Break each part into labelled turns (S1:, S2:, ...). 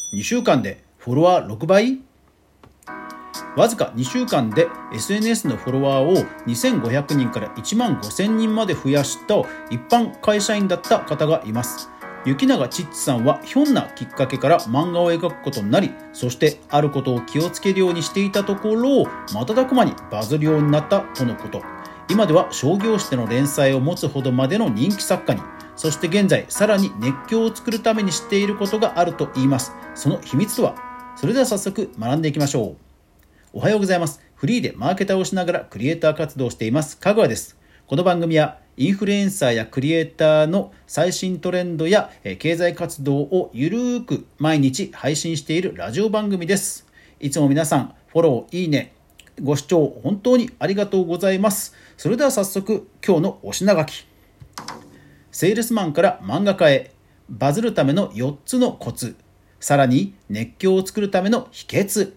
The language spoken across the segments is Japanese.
S1: 2週間でフォロワー6倍。わずか2週間で SNS のフォロワーを2500人から1万5000人まで増やした一般会社員だった方がいます。雪永チッチさんはひょんなきっかけから漫画を描くことになり、そしてあることを気をつけるようにしていたところ、瞬く間にバズるようになったとのこと。今では商業誌での連載を持つほどまでの人気作家に、そして現在さらに熱狂を作るためにしていることがあると言います。その秘密とは？それでは早速学んでいきましょう。おはようございます。フリーでマーケターをしながらクリエイター活動をしていますかぐわです。この番組はインフルエンサーやクリエイターの最新トレンドや経済活動をゆるーく毎日配信しているラジオ番組です。いつも皆さんフォロー、いいね、ご視聴本当にありがとうございます。それでは早速今日のお品書き。セールスマンから漫画家へ、バズるための4つのコツ、さらに熱狂を作るための秘訣。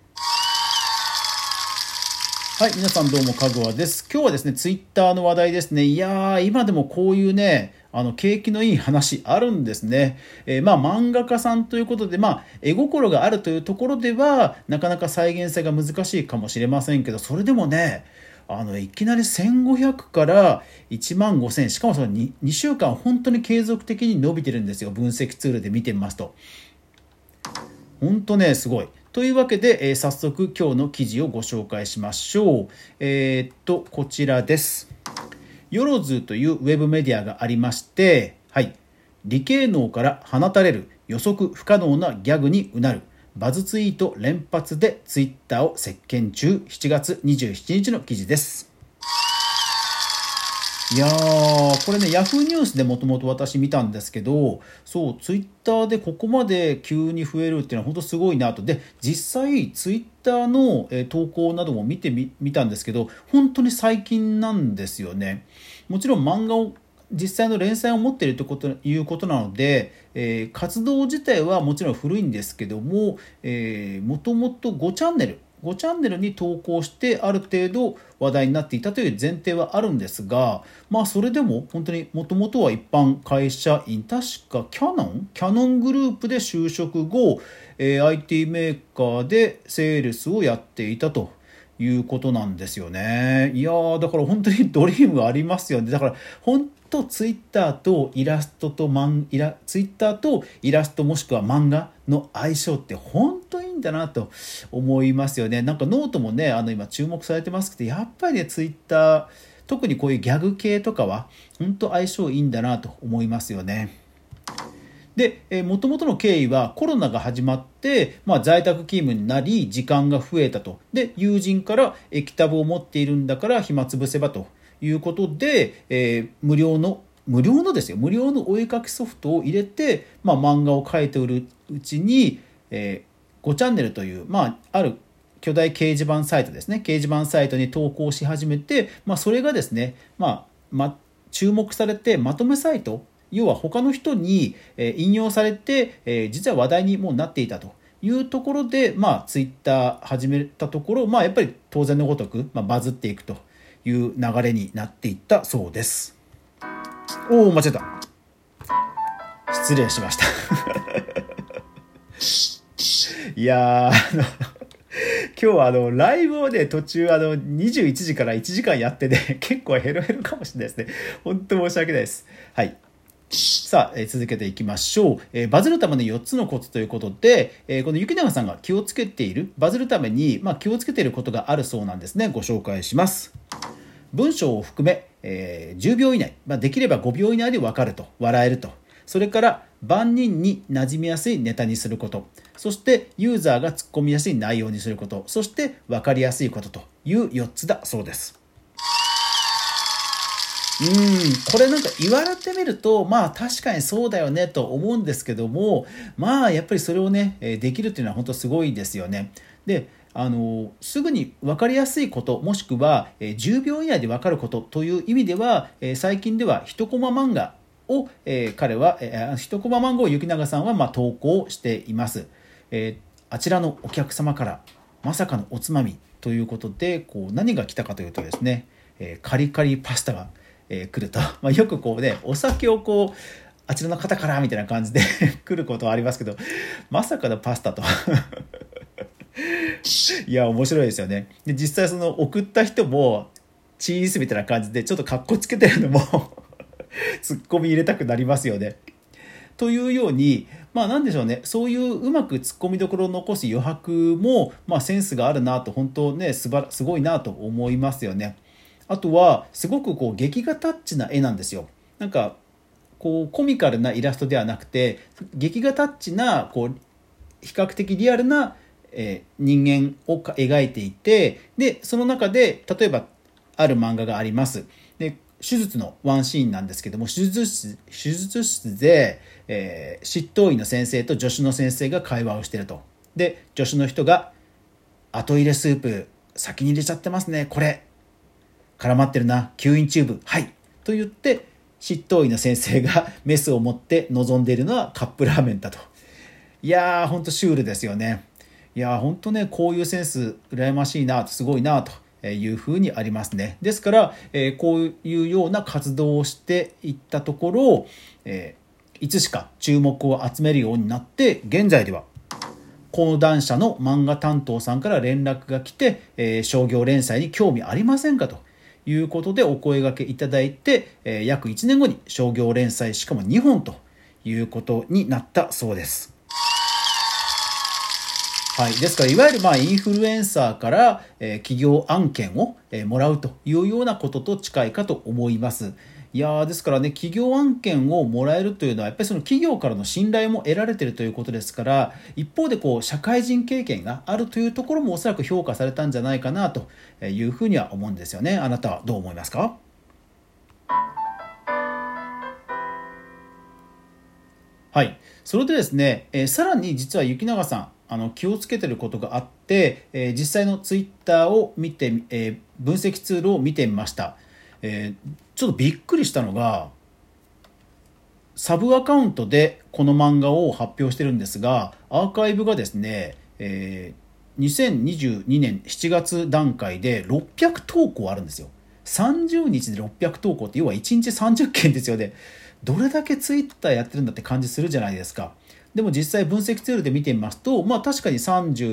S1: はい、皆さんどうもかぐわです。今日はですね、ツイッターの話題ですね。いやー、今でもこういうね、景気のいい話あるんですね。漫画家さんということで、絵心があるというところではなかなか再現性が難しいかもしれませんけど、それでもね、いきなり1500から1万5000、しかもその 2週間本当に継続的に伸びてるんですよ。分析ツールで見てみますと。本当ね、すごい。というわけで、早速今日の記事をご紹介しましょう。こちらです。よろずというウェブメディアがありまして、はい、理系脳から放たれる予測不可能なギャグにうなるバズツイート連発でツイッターを席巻中、7月27日の記事です。いやー、これね、ヤフーニュースでもともと私見たんですけど、そう、ツイッターでここまで急に増えるっていうのは本当すごいなと。で、実際ツイッターの投稿なども見てみたんですけど、本当に最近なんですよね。もちろん漫画を実際の連載を持っているということなので、活動自体はもちろん古いんですけども、もともと5チャンネルに投稿してある程度話題になっていたという前提はあるんですが、それでも本当にもともとは一般会社員、確かキャノングループで就職後、IT メーカーでセールスをやっていたということなんですよね。いやー、だから本当にドリームありますよね。だから本当ツイッターとイラストとツイッターとイラストもしくは漫画の相性って本当にいいんだなと思いますよね。なんかノートもね、今注目されてますけど、やっぱりね、ツイッター特にこういうギャグ系とかは本当相性いいんだなと思いますよね。で、元々の経緯はコロナが始まって、在宅勤務になり時間が増えたと。で、友人から液タブを持っているんだから暇つぶせばということで、無料のですよ、無料のお絵描きソフトを入れて、漫画を描いているうちに、5チャンネルという、ある巨大掲示板サイトですね、掲示板サイトに投稿し始めて、それがですね、注目されてまとめサイト、要は他の人に引用されて、実は話題にもうなっていたというところで、ツイッター始めたところ、やっぱり当然のごとく、バズっていくという流れになっていったそうです。間違えた。失礼しましたいや今日はライブをね、途中21時から1時間やってね、結構ヘロヘロかもしれないですね。本当申し訳ないです。はい。さあ、続けていきましょう。バズるための4つのコツということで、この雪永さんが気をつけている、バズるために、気をつけていることがあるそうなんですね。ご紹介します。文章を含め、10秒以内、できれば5秒以内で分かると、笑えると。それから万人に馴染みやすいネタにすること、そしてユーザーが突っ込みやすい内容にすること、そして分かりやすいことという4つだそうです。これなんか言われてみると、確かにそうだよねと思うんですけども、やっぱりそれをね、できるっていうのは本当すごいですよね。で、すぐに分かりやすいこと、もしくは10秒以内で分かることという意味では、最近では一コマ漫画を、彼は、一コマ漫画を雪永さんは投稿しています。あちらのお客様からまさかのおつまみということで、何が来たかというとですね、カリカリパスタが来ると、よくこうね、お酒をあちらの方からみたいな感じで来ることはありますけど、まさかのパスタといや面白いですよね。で実際その送った人もチーズみたいな感じでちょっとカッコつけてるのもツッコミ入れたくなりますよね。というように、なんでしょうね、そういううまくツッコミどころを残す余白も、センスがあるなと、本当ね、すごいなと思いますよね。あとはすごくこう劇画タッチな絵なんですよ。なんかこうコミカルなイラストではなくて、劇画タッチなこう比較的リアルな、人間を描いていて、でその中で例えばある漫画があります。で手術のワンシーンなんですけども、手術室で、執刀医の先生と助手の先生が会話をしていると。で助手の人が後入れスープ先に入れちゃってますね、これ絡まってるな、吸引チューブはいと言って、執刀医の先生がメスを持って臨んでいるのはカップラーメンだと。いやーほんとシュールですよね。いやーほんとね、こういうセンス羨ましいなと、すごいなというふうにありますね。ですから、こういうような活動をしていったところ、いつしか注目を集めるようになって、現在では講談社の漫画担当さんから連絡が来て、商業連載に興味ありませんかということでお声掛けいただいて、約1年後に商業連載しかも2本ということになったそうです。はい、ですからいわゆるインフルエンサーから、企業案件を、もらうというようなことと近いかと思います。いやですからね、企業案件をもらえるというのはやっぱりその企業からの信頼も得られているということですから、一方でこう社会人経験があるというところもおそらく評価されたんじゃないかなというふうには思うんですよね。あなたはどう思いますか？はい、それでですね、さらに実は雪永さん気をつけてることがあって、実際のツイッターを見て、分析ツールを見てみました。ちょっとびっくりしたのが、サブアカウントでこの漫画を発表してるんですが、アーカイブがですね、2022年7月段階で600投稿あるんですよ。30日で600投稿って要は1日30件ですよね。どれだけツイッターやってるんだって感じするじゃないですか。でも実際分析ツールで見てみますと、確かに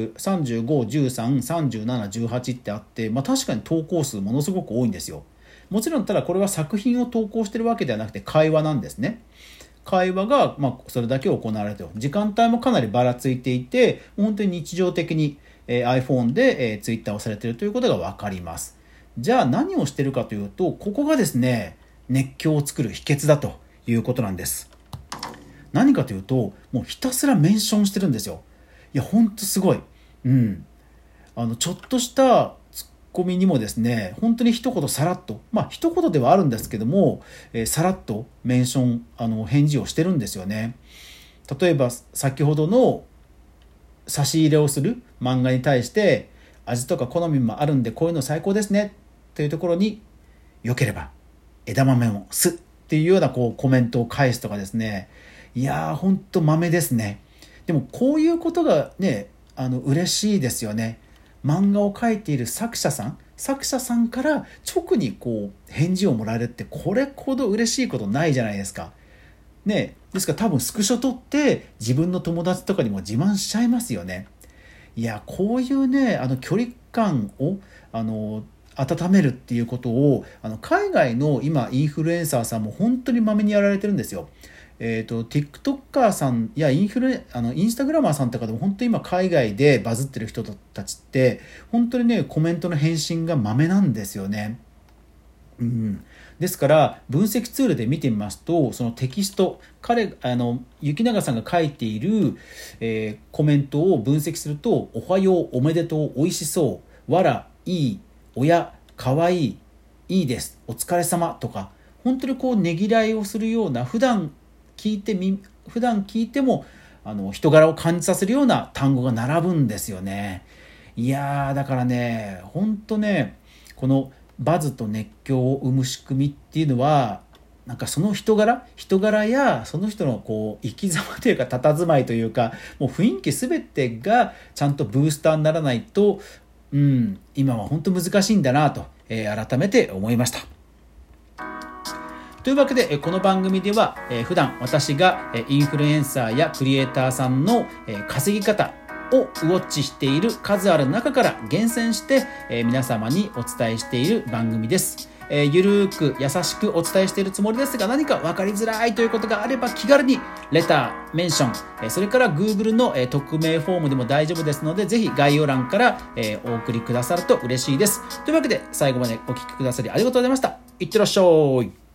S1: 30、35、13、37、18ってあって、確かに投稿数ものすごく多いんですよ。もちろんただこれは作品を投稿してるわけではなくて会話なんですね。会話がそれだけ行われている。時間帯もかなりばらついていて、本当に日常的に iPhone でツイッターをされているということが分かります。じゃあ何をしているかというと、ここがですね、熱狂を作る秘訣だということなんです。何かというと、もうひたすらメンションしてるんですよ。いや本当すごい。ちょっとしたツッコミにもですね、本当に一言さらっと、一言ではあるんですけども、さらっとメンション返事をしてるんですよね。例えば先ほどの差し入れをする漫画に対して、味とか好みもあるんでこういうの最高ですねというところに、よければ枝豆もすっていうようなコメントを返すとかですね。いやーほんと豆ですね。でもこういうことがね、嬉しいですよね。漫画を描いている作者さんから直に返事をもらえるって、これほど嬉しいことないじゃないですか。ね、ですから多分スクショ撮って自分の友達とかにも自慢しちゃいますよね。いやこういうね距離感を温めるっていうことを海外の今インフルエンサーさんも本当にまめにやられてるんですよ。TikToker さんやインスタグラマーさんとかでも本当に今海外でバズってる人たちって本当にねコメントの返信がまめなんですよね。ですから分析ツールで見てみますと、そのテキスト雪永さんが書いている、コメントを分析すると、おはよう、おめでとう、おいしそう、わら、いい、おや、かわいい、いいです、お疲れ様とか、本当にねぎらいをするような、普段聞いても人柄を感じさせるような単語が並ぶんですよね。いやだからね、本当ね、このバズと熱狂を生む仕組みっていうのは、なんかその人柄やその人の生き様というか佇まいというか、もう雰囲気全てがちゃんとブースターにならないと、今は本当難しいんだなと、改めて思いました。とというわけで、この番組では、普段私がインフルエンサーやクリエイターさんの稼ぎ方をウォッチしている数ある中から厳選して、皆様にお伝えしている番組です。ゆるーく優しくお伝えしているつもりですが、何か分かりづらいということがあれば気軽にレター、メンション、それから Google の匿名フォームでも大丈夫ですので、ぜひ概要欄からお送りくださると嬉しいです。というわけで最後までお聞きくださりありがとうございました。いってらっしゃい。